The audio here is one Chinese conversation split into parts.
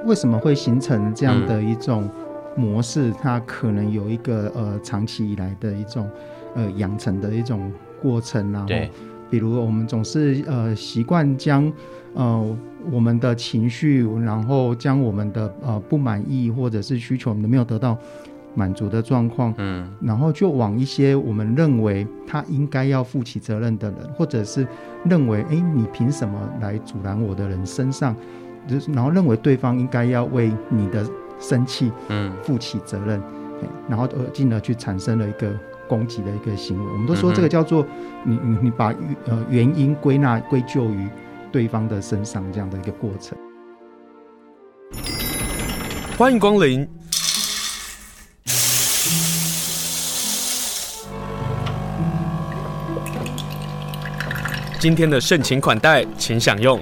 为什么会形成这样的一种模式，它可能有一个长期以来的一种养成的一种过程啊。 对， 比如我们总是习惯将我们的情绪，然后将我们的不满意或者是需求我们没有得到满足的状况，然后就往一些我们认为他应该要负起责任的人，或者是认为你凭什么来阻拦我的人身上，然后认为对方应该要为你的生气负起责任，然后进而去产生了一个攻击的一个行为。我们都说这个叫做你把原因归咎于对方的身上，这样的一个过程。 欢迎光临。今天的盛情款待，请享用。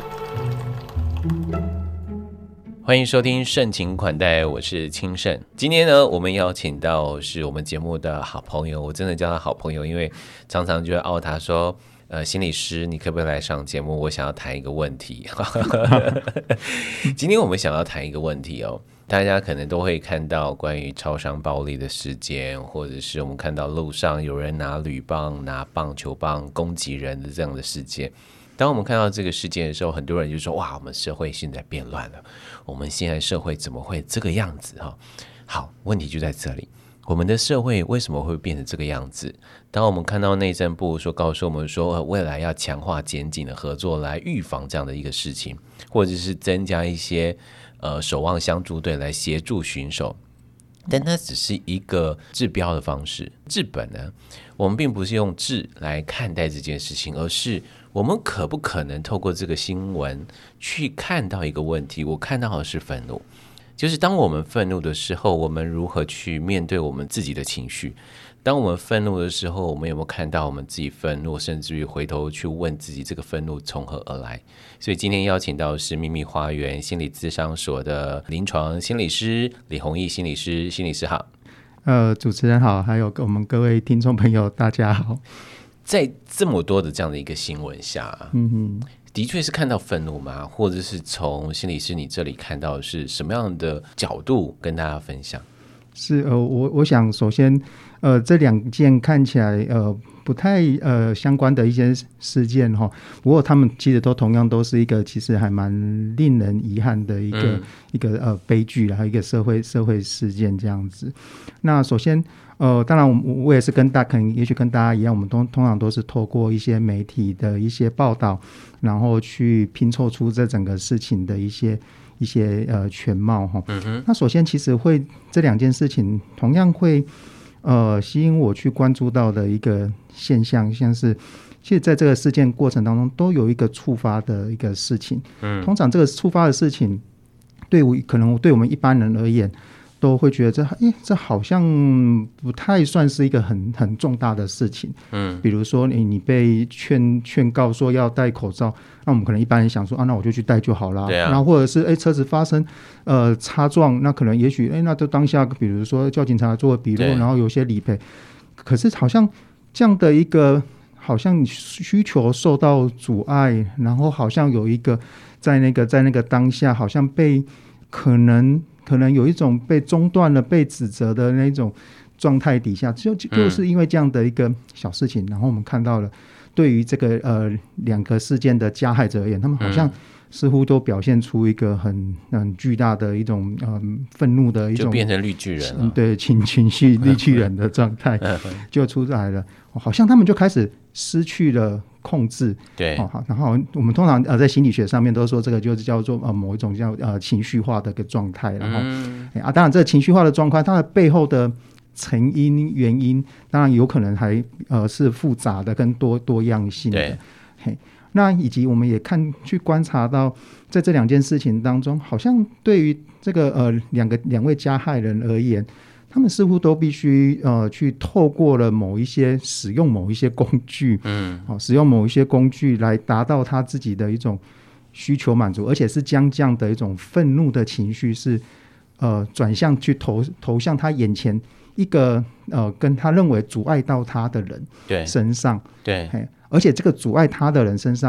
欢迎收听盛情款待，我是清盛。今天呢，我们邀请到是我们节目的好朋友，我真的叫他好朋友，因为常常就会凹他说，心理师，你可不可以来上节目？我想要谈一个问题。今天我们想要谈一个问题哦，大家可能都会看到关于超商暴力的事件，或者是我们看到路上有人拿铝棒、拿棒球棒攻击人的这样的事件。当我们看到这个事件的时候，很多人就说，哇，我们社会现在变乱了，我们现在社会怎么会这个样子？好，问题就在这里，我们的社会为什么会变成这个样子？当我们看到内政部告诉我们说，未来要强化检警的合作来预防这样的一个事情，或者是增加一些守望相助队来协助巡守，但它只是一个治标的方式。治本呢，我们并不是用治来看待这件事情，而是我们可不可能透过这个新闻去看到一个问题？我看到的是愤怒，就是当我们愤怒的时候，我们如何去面对我们自己的情绪？当我们愤怒的时候，我们有没有看到我们自己愤怒，甚至于回头去问自己这个愤怒从何而来？所以今天邀请到的是秘密花园心理咨商所的临床心理师李弘毅心理师。心理师好。 主持人好，还有我们各位听众朋友大家好。 在这么多的这样的一个新闻下，的确是看到愤怒吗？或者是从心理师你这里看到的是什么样的角度跟大家分享？ 是我想首先这两件看起来不太相关的一些事件不过他们其实同样都是一个其实还蛮令人遗憾的一个悲剧，然后一个社会事件这样子。那首先当然我也是可能也许跟大家一样，我们通常都是透过一些媒体的一些报道，然后去拼凑出这整个事情的一些全貌那首先其实会这两件事情同样会吸引我去关注到的一个现象，像是其实在这个事件过程当中都有一个触发的一个事情，通常这个触发的事情可能对我们一般人而言都会觉得这好像不太算是一个很重大的事情。比如说你被劝告说要戴口罩，那我们可能一般人想说那我就去戴就好啦。然后或者是车子发生擦撞，那可能也许那就当下比如说叫警察做笔录，然后有些理赔。可是好像这样的一个好像需求受到阻碍，然后好像有一个在那个当下好像被可能有一种被中断了、被指责的那种状态底下，就是因为这样的一个小事情，然后我们看到了对于这个两个事件的加害者而言，他们好像似乎都表现出一个很巨大的一种愤怒的一种， 就变成绿巨人了。 对，情绪绿巨人的状态就出来了，好像他们就开始失去了控制。 对， 然后我们通常在心理学上面都说这个就是叫做某一种叫情绪化的一个状态。然后当然这个情绪化的状态它的背后的成因原因当然有可能还是复杂的跟多样性的。那以及我们也去观察到在这两件事情当中，好像对于这个两位加害人而言，他们似乎都必须去透过了使用某一些工具，使用某一些工具来达到他自己的一种需求满足，而且是将这样的一种愤怒的情绪是转向去投向他眼前一个跟他认为阻碍到他的人身上。 对， 而且这个阻碍他的人身上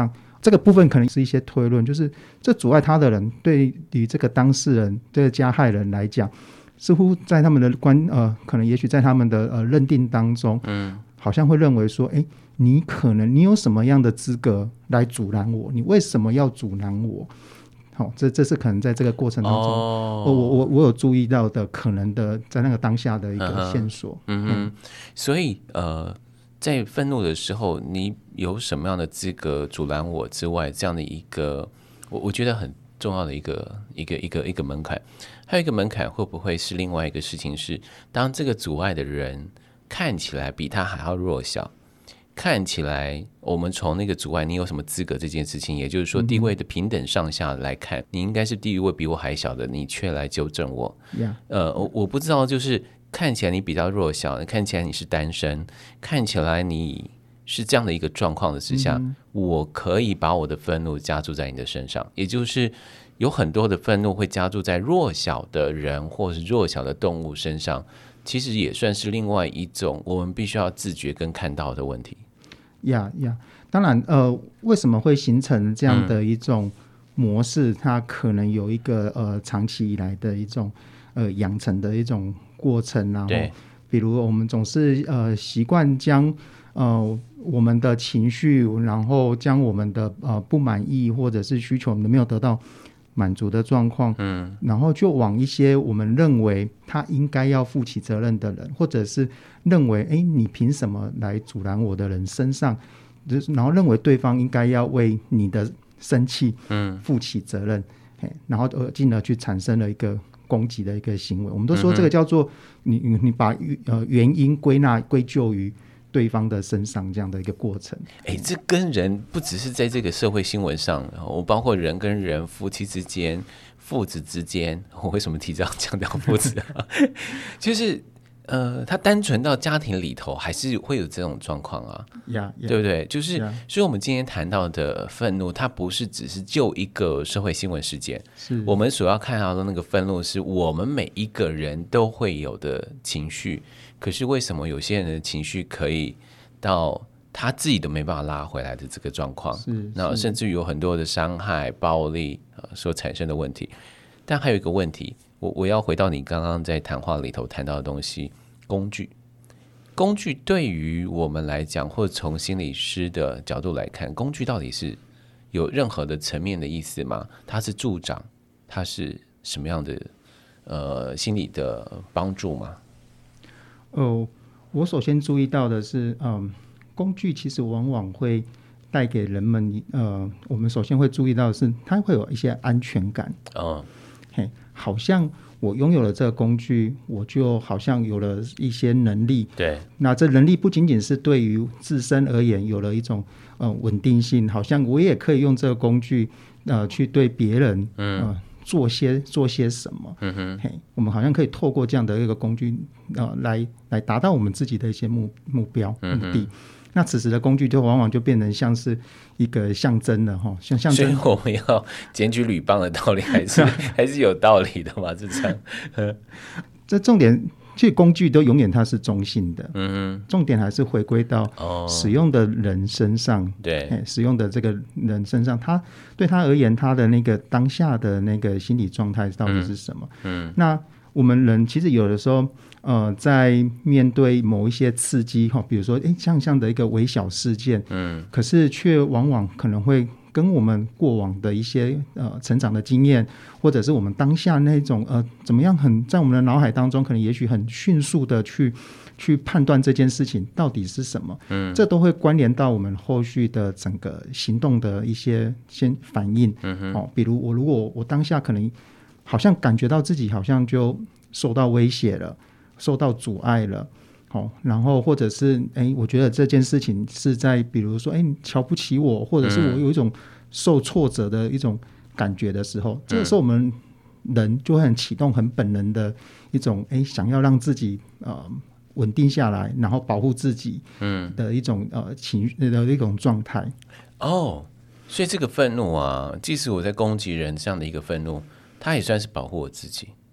这个部分可能是一些推论，就是这阻碍他的人对于这个当事人这个加害人来讲，似乎在他们的可能也许在他们的认定当中，好像会认为说，你有什么样的资格来阻拦我？你为什么要阻拦我？这是可能在这个过程当中，我有注意到的可能的在那个当下的一个线索。 所以在愤怒的时候，你有什么样的资格阻拦我之外，这样的一个我觉得很重要的一个门槛。还有一个门槛会不会是另外一个事情是，当这个阻碍的人看起来比他还要弱小，看起来我们从那个阻碍你有什么资格这件事情，也就是说地位的平等上下来看，你应该是地位比我还小的，你却来纠正我。我不知道，就是看起来你比较弱小，看起来你是单身，看起来你是这样的一个状况的之下，我可以把我的愤怒加注在你的身上，也就是有很多的愤怒会加注在弱小的人或是弱小的动物身上，其实也算是另外一种我们必须要自觉跟看到的问题。 当然为什么会形成这样的一种模式，它可能有一个长期以来的一种养成的一种过程，然后比如我们总是习惯将我们的情绪，然后将我们的不满意或者是需求没有得到满足的状况，然后就往一些我们认为他应该要负起责任的人，或者是认为你凭什么来阻拦我的人身上，然后认为对方应该要为你的生气负起责任，然后进而去产生了一个攻击的一个行为。我们都说这个叫做你把原因归咎于对方的身上，这样的一个过程。 这跟人不只是在这个社会新闻上，我包括人跟人、夫妻之间、父子之间，我为什么提这样强调父子啊？就是他单纯到家庭里头还是会有这种状况啊，对不对？就是所以我们今天谈到的愤怒，它不是只是就一个社会新闻事件，是我们所要看到的那个愤怒，是我们每一个人都会有的情绪。可是为什么有些人的情绪可以到他自己都没办法拉回来的这个状况，那甚至于有很多的伤害、暴力所产生的问题。但还有一个问题，我要回到你刚刚在谈话里头谈到的东西，工具对于我们来讲，或者从心理师的角度来看，工具到底是有任何的层面的意思吗？它是助长，它是什么样的心理的帮助吗？ 我首先注意到的是，工具其实往往会带给人们，我们首先会注意到的是，它会有一些安全感。好像我拥有了这个工具，我就好像有了一些能力。对，那这能力不仅仅是对于自身而言有了一种稳定性，好像我也可以用这个工具去对别人做些什么。我们好像可以透过这样的一个工具来达到我们自己的一些目标目的。那此时的工具就往往就变成像是一个象征了哈，象征。 所以我们要检举吕棒的道理还是有道理的嘛？是这样。 这重点，其实工具都永远它是中性的。重点还是回归到使用的人身上。对，使用的这个人身上，他对他而言，他的那个当下的那个心理状态到底是什么？那我们人其实有的时候。在面对某一些刺激，比如说像的一个微小事件，可是却往往可能会跟我们过往的一些成长的经验，或者是我们当下那种怎么样在我们的脑海当中，可能也许很迅速的去判断这件事情到底是什么，这都会关联到我们后续的整个行动的一些反应。比如如果我当下可能好像感觉到自己好像就受到威胁了，受到阻碍了，然后或者是我觉得这件事情是在比如说你瞧不起我，或者是我有一种受挫折的一种感觉的时候，这个时候我们人就会很启动很本能的一种想要让自己稳定下来，然后保护自己的一种情绪的一种状态。 所以这个愤怒啊，即使我在攻击人这样的一个愤怒，它也算是保护我自己。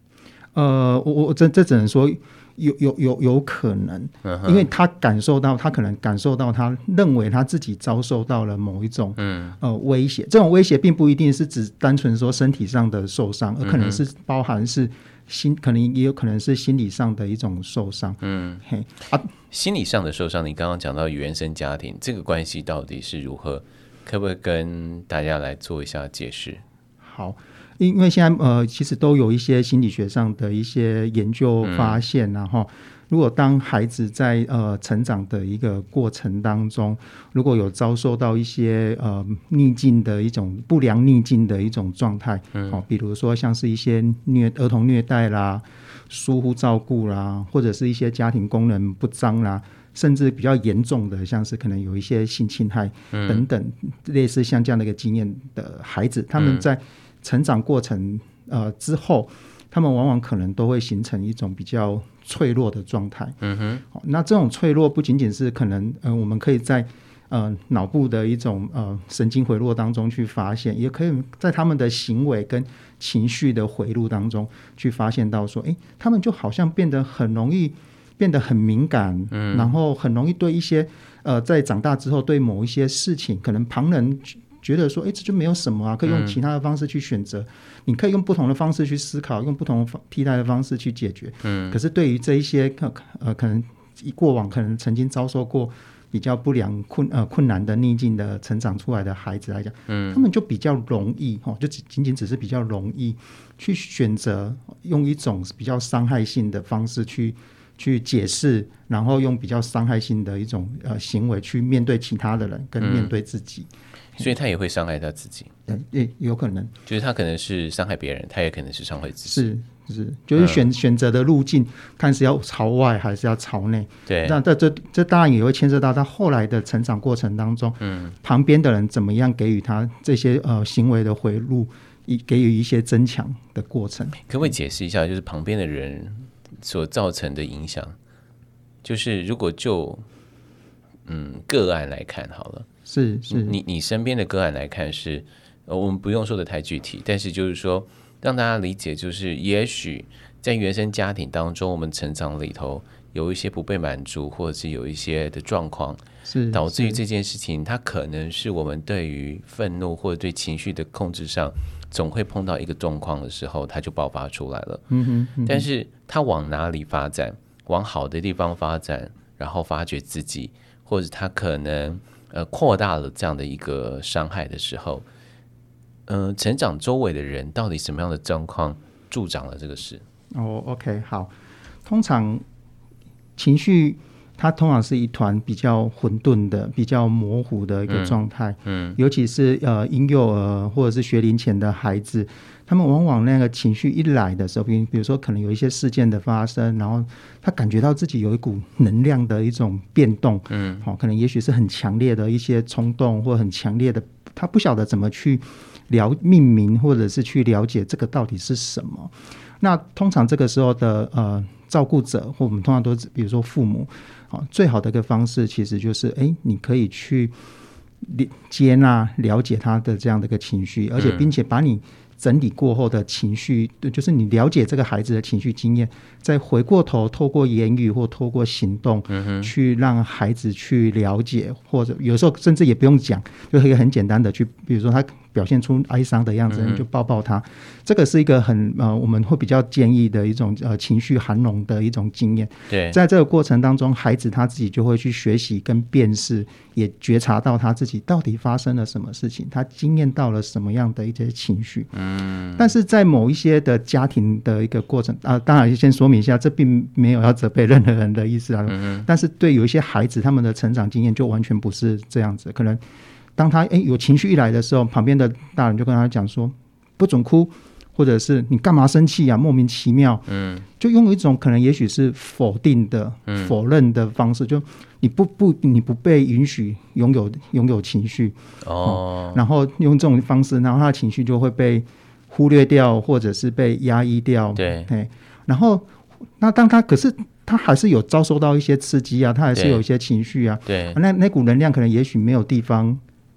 我这只能说有可能，因为他可能感受到他认为他自己遭受到了某一种威胁，这种威胁并不一定是指单纯说身体上的受伤，而可能是包含是可能也有可能是心理上的一种受伤。 心理上的受伤，你刚刚讲到原生家庭这个关系到底是如何？可不可以跟大家来做一下解释？ 好，因为现在其实都有一些心理学上的一些研究发现，然后如果当孩子在成长的一个过程当中，如果有遭受到一些逆境的一种不良逆境的一种状态，比如说像是一些儿童虐待啦、疏忽照顾啦，或者是一些家庭功能不彰啦，甚至比较严重的，像是可能有一些性侵害等等，类似像这样的一个经验的孩子，他们在成长过程之后，他们往往可能都会形成一种比较脆弱的状态。那这种脆弱不仅仅是可能我们可以在脑部的一种神经回路当中去发现，也可以在他们的行为跟情绪的回路当中去发现到说，他们就好像变得很容易变得很敏感，然后很容易对一些在长大之后对某一些事情，可能旁人觉得说，这就没有什么啊，可以用其他的方式去选择，你可以用不同的方式去思考，用不同的替代的方式去解决。可是对于这一些可能过往可能曾经遭受过比较不良困难的逆境的成长出来的孩子来讲，他们就比较容易就仅仅只是比较容易去选择用一种比较伤害性的方式去解释，然后用比较伤害性的一种行为去面对其他的人跟面对自己。 所以他也会伤害他自己。 也有可能，就是他可能是伤害别人，他也可能是伤害自己。 是，就是选择的路径，看是要朝外还是要朝内。 对， 那这当然也会牵涉到他后来的成长过程当中，旁边的人怎么样给予他这些行为的回路，给予一些增强的过程。 可不可以解释一下，就是旁边的人所造成的影响？就是如果就个案来看好了。 是你身边的个案来看是我们不用说的太具体，但是就是说让大家理解，就是也许在原生家庭当中，我们成长里头有一些不被满足，或者是有一些的状况，是导致于这件事情，它可能是我们对于愤怒或者对情绪的控制上，总会碰到一个状况的时候，它就爆发出来了。但是它往哪里发展，往好的地方发展，然后发掘自己，或者它可能扩大了这样的一个伤害的时候，成长周围的人到底什么样的状况助长了这个事 ？OK， 好，通常情绪它通常是一团比较混沌的、比较模糊的一个状态。尤其是婴幼儿或者是学龄前的孩子，他们往往那个情绪一来的时候，比如说可能有一些事件的发生，然后他感觉到自己有一股能量的一种变动，可能也许是很强烈的一些冲动，或很强烈的，他不晓得怎么去命名，或者是去了解这个到底是什么。那通常这个时候的照顾者，或我们通常都比如说父母，最好的一个方式其实就是你可以去接纳了解他的这样的一个情绪，而且并且把你整理过后的情绪，就是你了解这个孩子的情绪经验，再回过头透过言语或透过行动去让孩子去了解，或者有时候甚至也不用讲，就一个很简单的去，比如说他表现出哀伤的样子，你就抱抱他。这个是一个很我们会比较建议的一种情绪涵容的一种经验。 对， 在这个过程当中，孩子他自己就会去学习跟辨识，也觉察到他自己到底发生了什么事情，他经验到了什么样的一些情绪。但是在某一些的家庭的一个过程当然先说明一下，这并没有要责备任何人的意思但是对有一些孩子，他们的成长经验就完全不是这样子。可能当他有情绪一来的时候，旁边的大人就跟他讲说不准哭，或者是你干嘛生气啊，莫名其妙，就用一种可能也许是否定的、否认的方式，就你不被允许拥有情绪然后用这种方式，然后他的情绪就会被忽略掉，或者是被压抑掉。 对， 然后那当他可是他还是有遭受到一些刺激啊，他还是有一些情绪啊。 对， 那股能量可能也许没有地方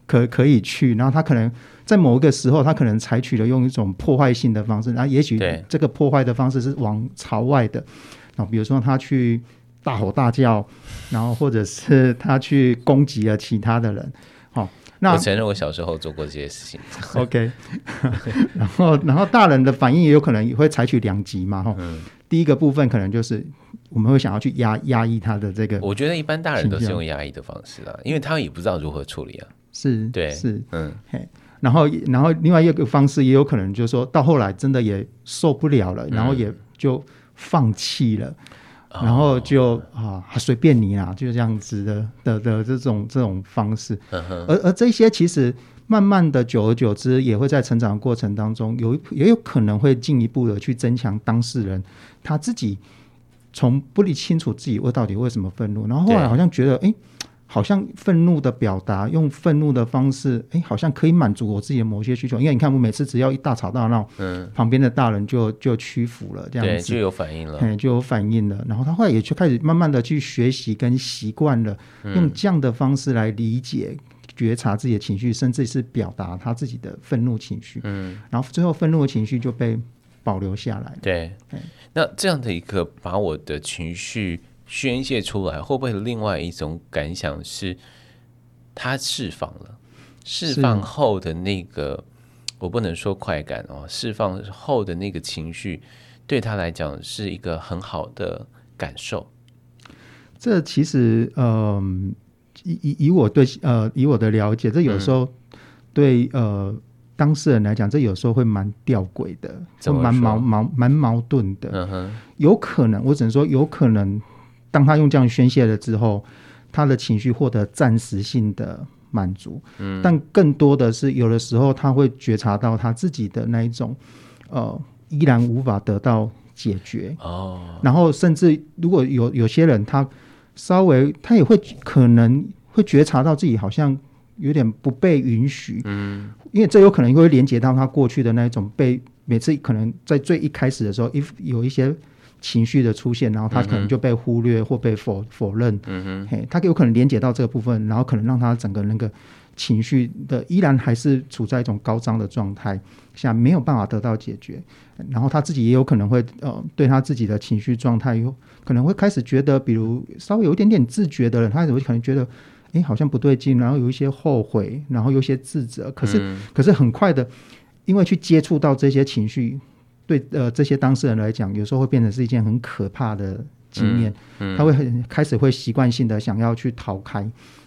可以去，然后他可能在某一个时候，他可能采取了用一种破坏性的方式，然后也许这个破坏的方式是往朝外的，然后比如说他去大吼大叫，然后或者是他去攻击了其他的人。 我承认我小时候做过这些事情。 OK， 然后大人的反应也有可能也会采取两极嘛。第一个部分可能就是我们会想要去压抑他的这个， 我觉得一般大人都是用压抑的方式啦，因为他也不知道如何处理啊。 是， 对， 是，然后另外一个方式也有可能就是说到后来真的也受不了了，然后也就放弃了。然后就随便你啦，就这样子的这种方式。而这些其实慢慢的久而久之也会在成长的过程当中也有可能会进一步的去增强当事人他自己从不理清楚自己到底为什么愤怒，然后后来好像觉得好像愤怒的表达用愤怒的方式好像可以满足我自己的某些需求，因为你看我每次只要一大吵大闹，旁边的大人就屈服了，这样子对，就有反应了， 就有反应了。然后他后来也就开始慢慢的去学习跟习惯了用这样的方式来理解觉察自己的情绪，甚至是表达他自己的愤怒情绪，然后最后愤怒的情绪就被保留下来。 对，那这样的一个把我的情绪宣泄出来，会不会另外一种感想是他释放了，释放后的那个我不能说快感释放后的那个情绪对他来讲是一个很好的感受。 这其实以我的了解，这有时候对当事人来讲，这有时候会蛮吊诡的，会蛮矛盾的。有可能，我只能说有可能，当他用这样宣泄了之后，他的情绪获得暂时性的满足，但更多的是有的时候他会觉察到他自己的那一种依然无法得到解决。然后甚至如果有些人他稍微他也会可能会觉察到自己好像有点不被允许，因为这有可能会连接到他过去的那种每次可能在最一开始的时候有一些情绪的出现，然后他可能就被忽略或被否认，他有可能连接到这个部分，然后可能让他整个那个情绪的依然还是处在一种高涨的状态下，没有办法得到解决，然后他自己也有可能会对他自己的情绪状态可能会开始觉得，比如稍微有一点点自觉的人，他有可能觉得好像不对劲，然后有一些后悔，然后有一些自责，可是很快的，因为去接触到这些情绪，对这些当事人来讲，有时候会变成是一件很可怕的经验，他会开始会习惯性的想要去逃开。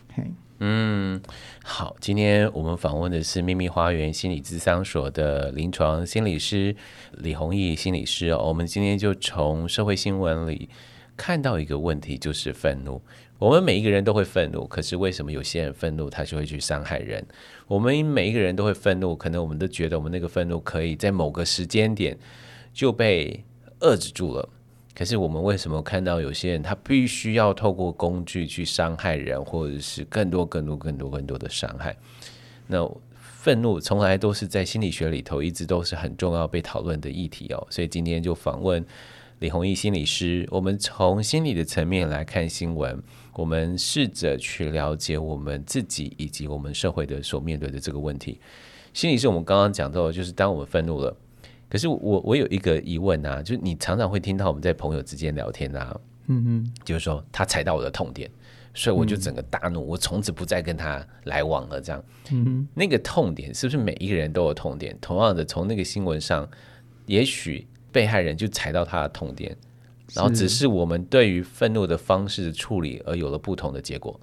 好，今天我们访问的是秘密花园心理咨商所的临床心理师李弘毅心理师我们今天就从社会新闻里看到一个问题，就是愤怒。我们每一个人都会愤怒，可是为什么有些人愤怒他就会去伤害人？我们每一个人都会愤怒，可能我们都觉得我们那个愤怒可以在某个时间点就被遏制住了，可是我们为什么看到有些人他必须要透过工具去伤害人，或者是更多的伤害？那愤怒从来都是在心理学里头一直都是很重要被讨论的议题所以今天就访问李弘毅心理师，我们从心理的层面来看新闻，我们试着去了解我们自己以及我们社会的所面对的这个问题。心理是我们刚刚讲到的，就是当我们愤怒了，可是我有一个疑问就是你常常会听到我们在朋友之间聊天就是说他踩到我的痛点，所以我就整个大怒，我从此不再跟他来往了这样。那个痛点是不是每一个人都有痛点？同样的，从那个新闻上，也许被害人就踩到他的痛点，然后只是我们对于愤怒的方式的处理而有了不同的结果。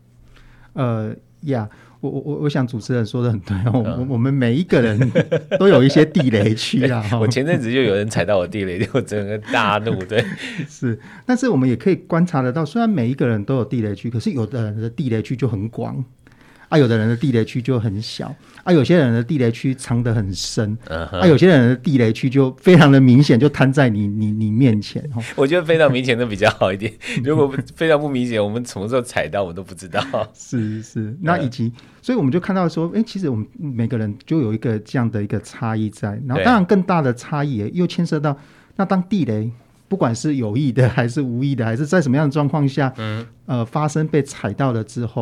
我想主持人说的很对我们每一个人都有一些地雷区我前阵子就有人踩到我地雷，就整个大怒。对， 是，但是我们也可以观察得到，虽然每一个人都有地雷区，可是有的人的地雷区就很广有的人的地雷区就很小有些人的地雷区藏得很深有些人的地雷区就非常的明显，就摊在你面前我觉得非常明显的比较好一点如果非常不明显，我们什么时候踩到我都不知道是那以及所以我们就看到说其实我们每个人就有一个这样的一个差异在，然后当然更大的差异又牵涉到那当地雷不管是有意的还是无意的，还是在什么样的状况下发生被踩到了之后，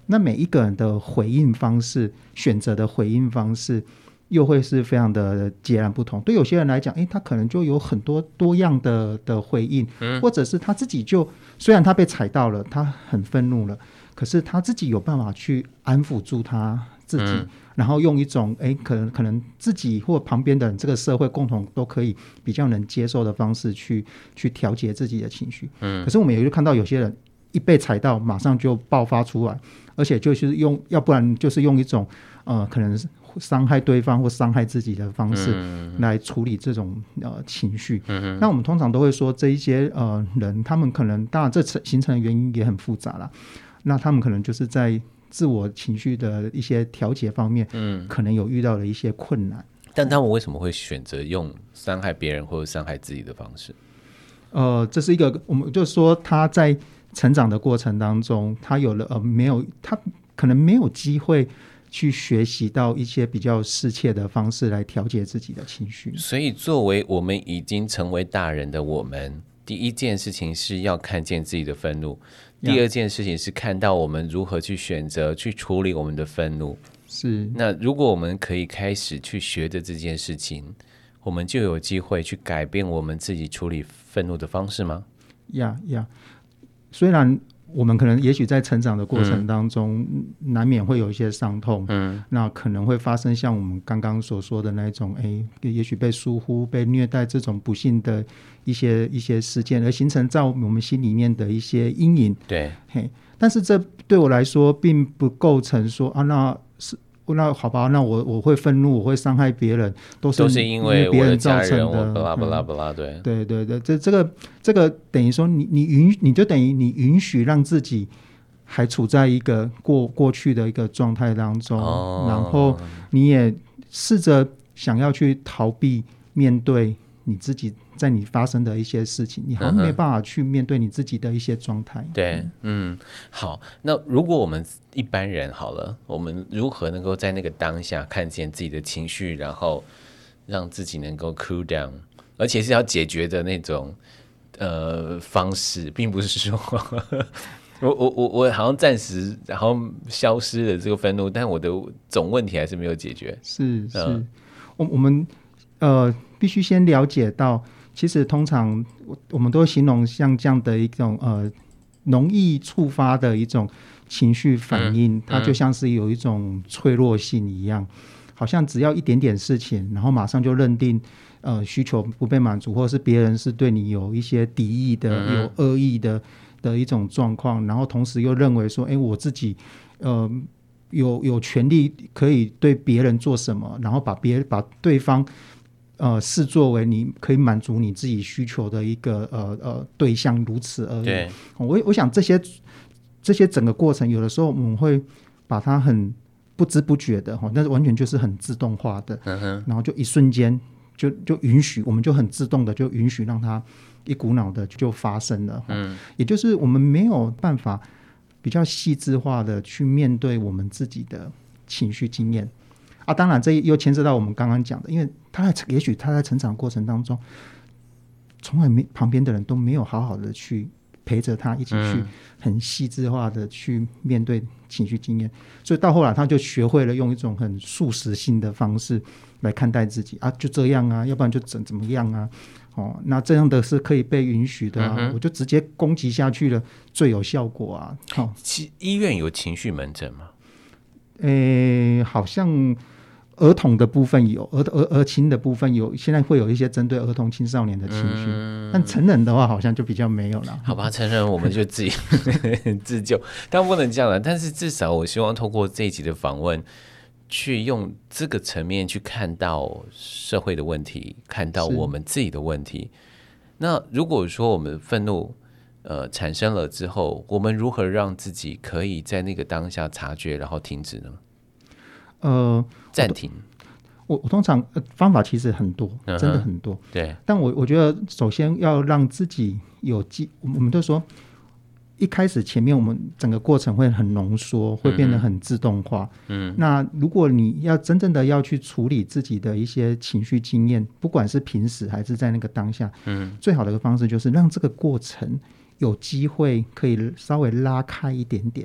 那每一个人的回应方式，选择的回应方式又会是非常的截然不同。对有些人来讲，他可能就有很多多样的回应，或者是他自己就虽然他被踩到了，他很愤怒了，可是他自己有办法去安抚住他自己，然后用一种可能自己或旁边的人，这个社会共同都可以比较能接受的方式去调节自己的情绪。可是我们也就看到有些人一被踩到马上就爆发出来，而且就是要不然就是用一种可能伤害对方或伤害自己的方式来处理这种情绪。那我们通常都会说这一些人，他们可能当然这形成的原因也很复杂啦，那他们可能就是在自我情绪的一些调节方面可能有遇到了一些困难。 但他们为什么会选择用伤害别人或者伤害自己的方式？ 这是一个我们就说他在成长的过程当中，他有了他可能没有机会去学习到一些比较适切的方式来调节自己的情绪。 所以作为我们已经成为大人的我们，第一件事情是要看见自己的愤怒，第二件事情是看到我们如何去选择去处理我们的愤怒。 是，那如果我们可以开始去学着这件事情，我们就有机会去改变我们自己处理愤怒的方式吗？ 虽然我们可能也许在成长的过程当中难免会有一些伤痛，那可能会发生像我们刚刚所说的那种也许被疏忽被虐待这种不幸的一些事件，而形成在我们心里面的一些阴影。 对， 但是这对我来说并不构成说那好吧，那我会愤怒，我会伤害别人，都是因为别人造成的， 我的家人，我巴拉巴拉，对， 这个等于说你就等于你允许让自己还处在一个过去的一个状态当中，然后你也试着想要去逃避面对你自己在你发生的一些事情，你好像没办法去面对你自己的一些状态。 对，好，那如果我们一般人好了，我们如何能够在那个当下看见自己的情绪，然后让自己能够 cool down， 而且是要解决的那种方式，并不是说我好像暂时然后消失了这个愤怒，但我的总问题还是没有解决。 是，我们必须先了解到，其实通常我们都形容像这样的一种容易触发的一种情绪反应，它就像是有一种脆弱性一样，好像只要一点点事情，然后马上就认定需求不被满足，或者是别人是对你有一些敌意的、有恶意的一种状况，然后同时又认为说我自己有权利可以对别人做什么，然后把对方视作为你可以满足你自己需求的一个对象，如此而已。 对， 我想这些整个过程，有的时候我们会把它很不知不觉的，但是完全就是很自动化的，然后就一瞬间就允许，我们就很自动的就允许让它一股脑的就发生了。也就是我们没有办法比较细致化的去面对我们自己的情绪经验。当然这又牵涉到我们刚刚讲的，因为也许他在成长过程当中从来旁边的人都没有好好的去陪着他一起去很细致化的去面对情绪经验，所以到后来他就学会了用一种很速食性的方式来看待自己就这样要不然就怎么样那这样的是可以被允许的我就直接攻击下去了，最有效果医院有情绪门诊吗？ 好像儿童的部分有，儿青的部分有，现在会有一些针对儿童青少年的情绪，但成人的话好像就比较没有了。 好吧，成人我们就自己自救，但不能这样了。但是至少我希望透过这一集的访问，去用这个层面去看到社会的问题，看到我们自己的问题。那如果说我们愤怒产生了之后，我们如何让自己可以在那个当下察觉，然后停止呢？暂停。 我通常方法其实很多，真的很多。 对， 但我觉得首先要让自己我们都说一开始前面我们整个过程会很浓缩，会变得很自动化。那如果你要真正的要去处理自己的一些情绪经验，不管是平时还是在那个当下，最好的一个方式就是让这个过程有机会可以稍微拉开一点点，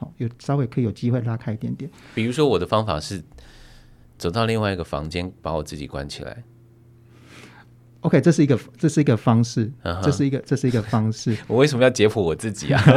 有稍微可以有机会拉开一点点。 比如说我的方法是走到另外一个房间，把我自己关起来。 OK， 这是一个方式，这是一个方式。 我为什么要解剖我自己啊？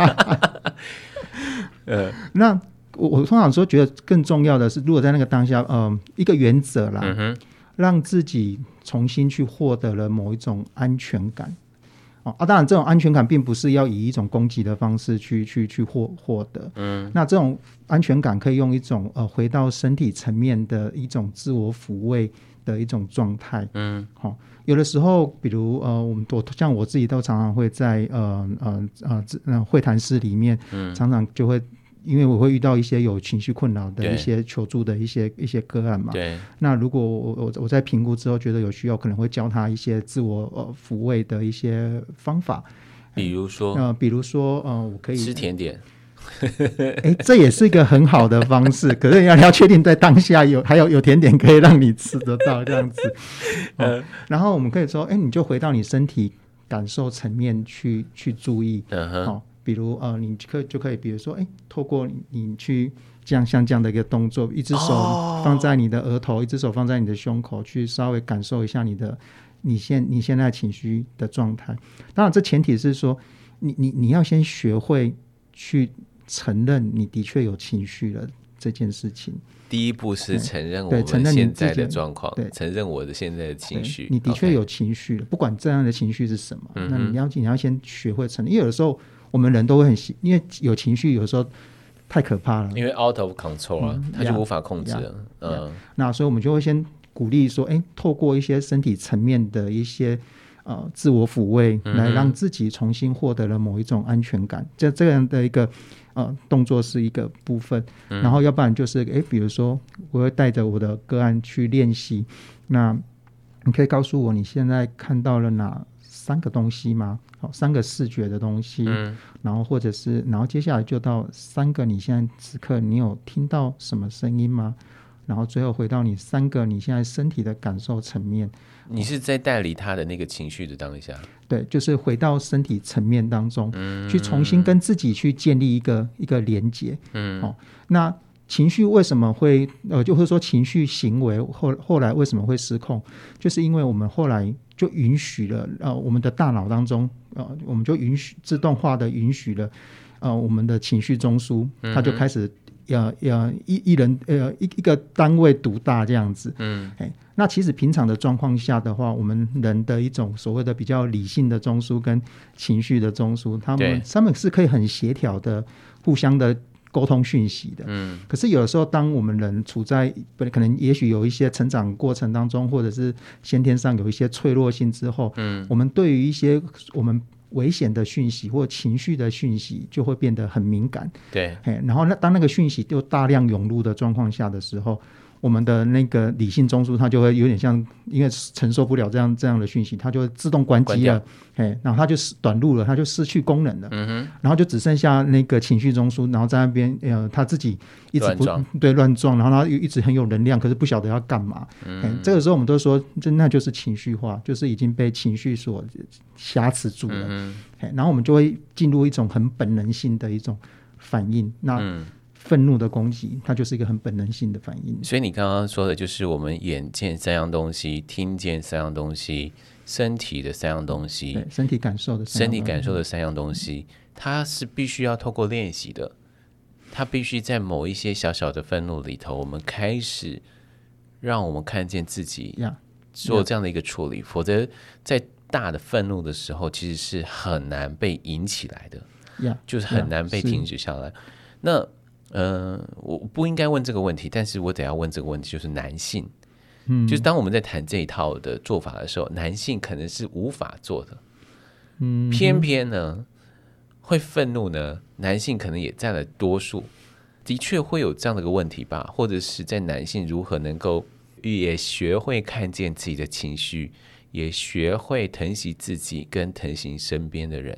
那我通常说，觉得更重要的是，如果在那个当下，一个原则啦，让自己重新去获得了某一种安全感。当然，这种安全感并不是要以一种攻击的方式去获得。那这种安全感可以用一种回到身体层面的一种自我抚慰的一种状态。有的时候，比如像我自己都常常会在会谈室里面，常常就会。因为我会遇到一些有情绪困扰的一些求助的一些个案嘛， 对。 那如果我在评估之后觉得有需要，可能会教他一些自我抚慰的一些方法， 比如说我可以吃甜点。 这也是一个很好的方式，可是你要确定在当下还有甜点可以让你吃得到这样子。然后我们可以说，你就回到你身体感受层面去注意。比如你就可以比如说透过你去像这样的一个动作，一只手放在你的额头，一只手放在你的胸口，去稍微感受一下你现在情绪的状态。当然这前提是说你要先学会去承认你的确有情绪了这件事情。 第一步是承认我们现在的状况，承认我的现在的情绪。 你的确有情绪了，不管这样的情绪是什么，那你要先学会承认。因为有的时候我们人都会因为有情绪有时候太可怕了， 因为 out of control 啊，它就无法控制了。 那所以我们就会先鼓励说，透过一些身体层面的一些自我抚慰，来让自己重新获得了某一种安全感。这样的一个动作是一个部分。然后要不然就是比如说我会带着我的个案去练习，那你可以告诉我你现在看到了哪3个东西吗？3个视觉的东西，然后然后接下来就到3个你现在此刻你有听到什么声音吗？然后最后回到你3个你现在身体的感受层面。 你是在带离他的那个情绪的当下？ 对，就是回到身体层面当中，去重新跟自己去建立一个连结。那情绪为什么会就会说情绪行为后来为什么会失控，就是因为我们后来就允许了我们的大脑当中我们就自动化的允许了我们的情绪中枢，它就开始一人一个单位独大这样子。那其实平常的状况下的话，我们人的一种所谓的比较理性的中枢跟情绪的中枢，他们是可以很协调的互相的沟通讯息的。可是有的时候当我们人处在可能也许有一些成长过程当中，或者是先天上有一些脆弱性之后，我们对于一些我们危险的讯息或情绪的讯息就会变得很敏感。 对。 然后当那个讯息就大量涌入的状况下的时候，我们的那个理性中枢它就会有点像因为承受不了这样的讯息，它就会自动关机了。然后它就短路了，它就失去功能了。然后就只剩下那个情绪中枢，然后在那边他自己一直乱撞，然后他又一直很有能量，可是不晓得要干嘛。这个时候我们都说那就是情绪化，就是已经被情绪所挟持住了。然后我们就会进入一种很本能性的一种反应。那愤怒的攻击它就是一个很本能性的反应。 所以你刚刚说的就是我们眼见3样东西，听见3样东西，身体的3样东西， 对，身体感受的 3样东西，它是必须要透过练习的。它必须在某一些小小的愤怒里头，我们开始让我们看见自己做这样的一个处理，否则在大的愤怒的时候其实是很难被引起来的，就是很难被停止下来。那我不应该问这个问题，但是我得要问这个问题，就是男性，就是当我们在谈这一套的做法的时候，男性可能是无法做的，偏偏呢会愤怒呢，男性可能也占了多数，的确会有这样的一个问题吧，或者是在男性如何能够也学会看见自己的情绪，也学会疼惜自己跟疼惜身边的人。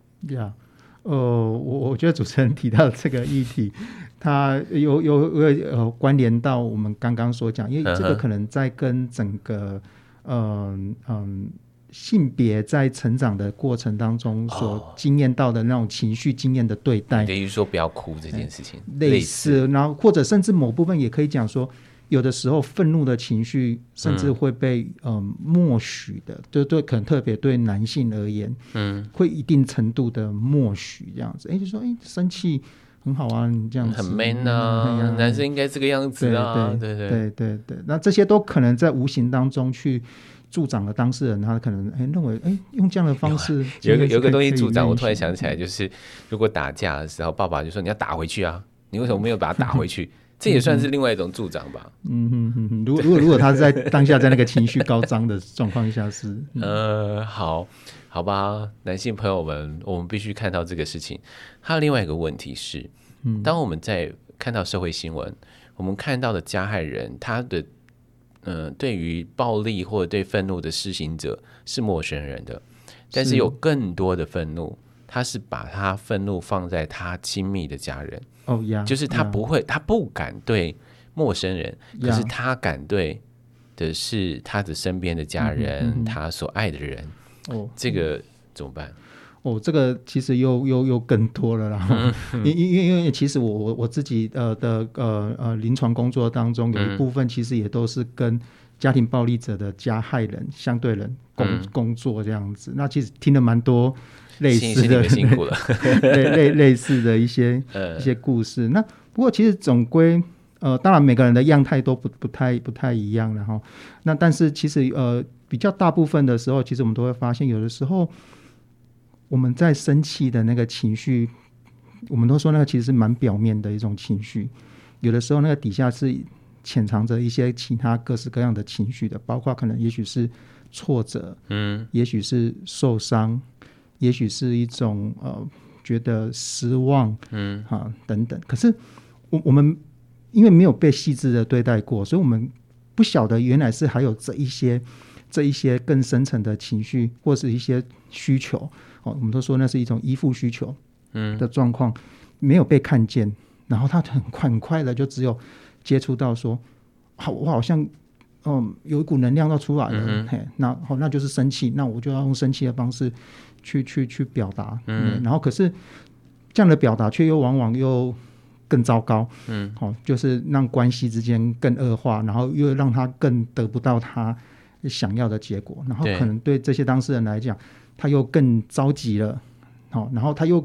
我觉得主持人提到这个议题，它有关联到我们刚刚所讲，因为这个可能在跟整个性别在成长的过程当中所经验到的那种情绪经验的对待， 等于说不要哭这件事情类似，然后或者甚至某部分也可以讲说，有的时候愤怒的情绪甚至会被默许的，对，可能特别对男性而言，会一定程度的默许这样子，就说生气很好啊，你这样子很 man 啊，男生应该这个样子啊，对， 那这些都可能在无形当中去助长了当事人，他可能认为用这样的方式有个东西助长，我突然想起来，就是如果打架的时候，爸爸就说你要打回去啊，你为什么没有把他打回去？这也算是另外一种助长吧。 如果他在当下在那个情绪高涨的状况下是好吧，男性朋友们，我们必须看到这个事情。还有另外一个问题是，当我们在看到社会新闻，我们看到的加害人他的对于暴力或者对愤怒的施行者是陌生人的，但是有更多的愤怒，他是把他愤怒放在他亲密的家人。就是他不敢对陌生人，可是他敢对的是他的身边的家人，他所爱的人。这个怎么办？ 这个其实又更多了啦。因为其实我自己的临床工作当中，有一部分其实也都是跟家庭暴力者的加害人相对人工作这样子。那其实听了蛮多类似的辛苦了类似的一些故事。那不过其实总归当然每个人的样态都不太一样，然后那但是其实比较大部分的时候，其实我们都会发现，有的时候我们在生气的那个情绪，我们都说那个其实是蛮表面的一种情绪，有的时候那个底下是潜藏着一些其他各式各样的情绪的，包括可能也许是挫折，也许是受伤，也许是一种觉得失望，等等。可是我们因为没有被细致的对待过，所以我们不晓得原来是还有这一些更深层的情绪或是一些需求，我们都说那是一种依附需求的状况，没有被看见，然后他很快的就只有接触到说，我好像有一股能量要出来了，那就是生气，那我就要用生气的方式去表达，然后可是这样的表达却又往往又更糟糕，就是让关系之间更恶化，然后又让他更得不到他想要的结果，然后可能对这些当事人来讲，他又更着急了，然后他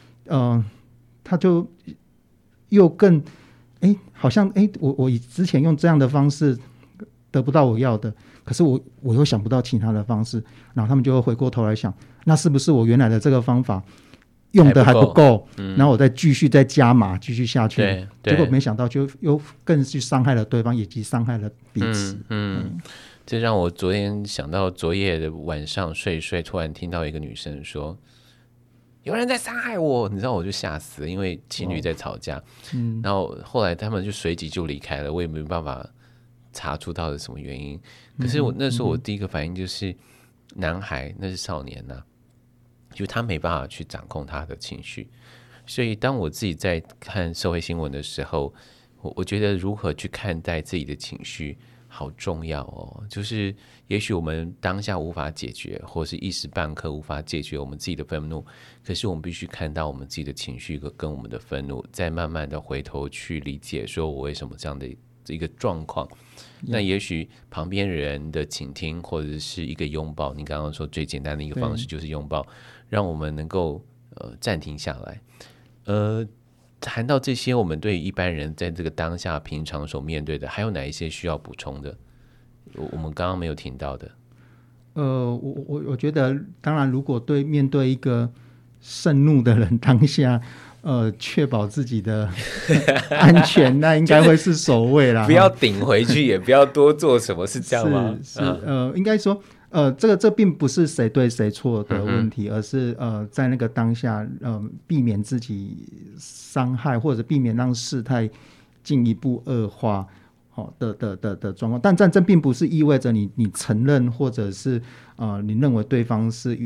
就又更好像我之前用这样的方式得不到我要的，可是我又想不到其他的方式，然后他们就会回过头来想，那是不是我原来的这个方法用的还不够，然后我再继续再加码继续下去，结果没想到就又更去伤害了对方，以及伤害了彼此。 这让我昨天想到昨夜的晚上睡突然听到一个女生说有人在伤害我，你知道我就吓死了，因为情侣在吵架，然后后来他们就随即就离开了，我也没办法查出到底什么原因。可是那时候我第一个反应就是男孩那是少年啊，就他没办法去掌控他的情绪，所以当我自己在看社会新闻的时候，我觉得如何去看待自己的情绪好重要哦。就是也许我们当下无法解决，或是一时半刻无法解决我们自己的愤怒，可是我们必须看到我们自己的情绪跟我们的愤怒，再慢慢的回头去理解说我为什么这样的一个状况。那也许旁边人的倾听或者是一个拥抱，你刚刚说最简单的一个方式就是拥抱，让我们能够暂停下来。谈到这些，我们对于一般人在这个当下平常所面对的，还有哪一些需要补充的？我们刚刚没有听到的。 我觉得，当然，如果面对一个盛怒的人，当下确保自己的安全，那应该会是首位啦。 不要顶回去，也不要多做什么，是这样吗？ 应该说。这并不是谁对谁错的问题，而是在那个当下，避免自己伤害，或者避免让事态进一步恶化的状况。但这并不是意味着你承认，或者是你认为对方是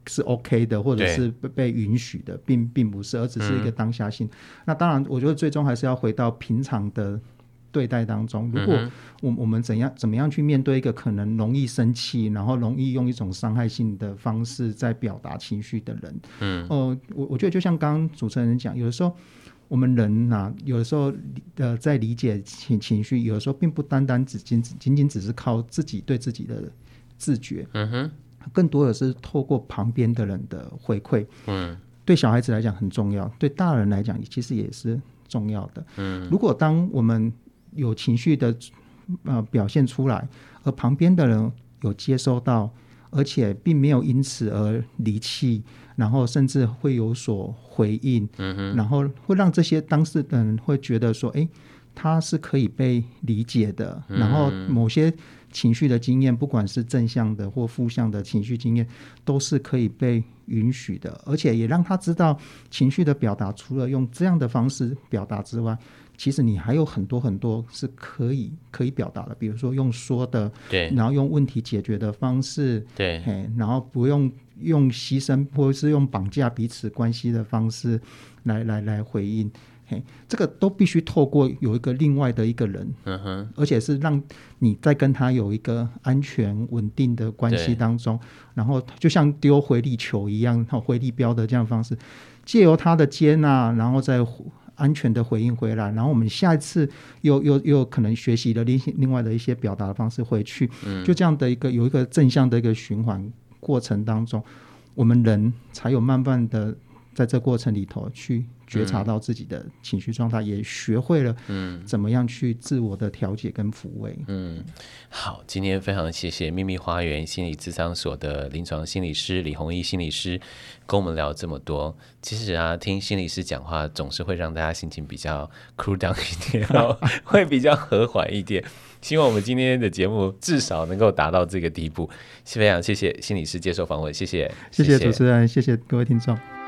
OK 的，或者是被允许的，并不是，而只是一个当下性。那当然，我觉得最终还是要回到平常的对待当中，如果我们怎么样去面对一个可能容易生气，然后容易用一种伤害性的方式在表达情绪的人，我觉得就像刚刚主持人讲，有的时候我们人有的时候在理解情绪，有的时候并不单单仅仅只是靠自己对自己的自觉，更多的是透过旁边的人的回馈，对小孩子来讲很重要，对大人来讲其实也是重要的。如果当我们有情绪的表现出来，而旁边的人有接收到，而且并没有因此而离弃，然后甚至会有所回应，然后会让这些当事人会觉得说，他是可以被理解的，然后某些情绪的经验，不管是正向的或负向的情绪经验，都是可以被允许的，而且也让他知道情绪的表达除了用这样的方式表达之外，其实你还有很多很多是可以表达的，比如说用说的， 对， 然后用问题解决的方式， 对， 然后不用牺牲或者是用绑架彼此关系的方式来回应，这个都必须透过有一个另外的一个人，而且是让你在跟他有一个安全稳定的关系当中，然后就像丢回力球一样，回力镖的这样的方式，借由他的接纳，然后再安全的回应回来，然后我们下一次又可能学习了另外的一些表达的方式回去，就这样的有一个正向的一个循环过程当中，我们人才有慢慢的在这过程里头去觉察到自己的情绪状态，也学会了怎么样去自我的调节跟抚慰。 好，今天非常谢谢秘密花园心理咨商所的临床心理师李弘毅心理师跟我们聊这么多。其实听心理师讲话总是会让大家心情比较 cool down 一点，会比较和缓一点。希望我们今天的节目至少能够达到这个地步。非常谢谢心理师接受访问，谢谢主持人，谢谢各位听众。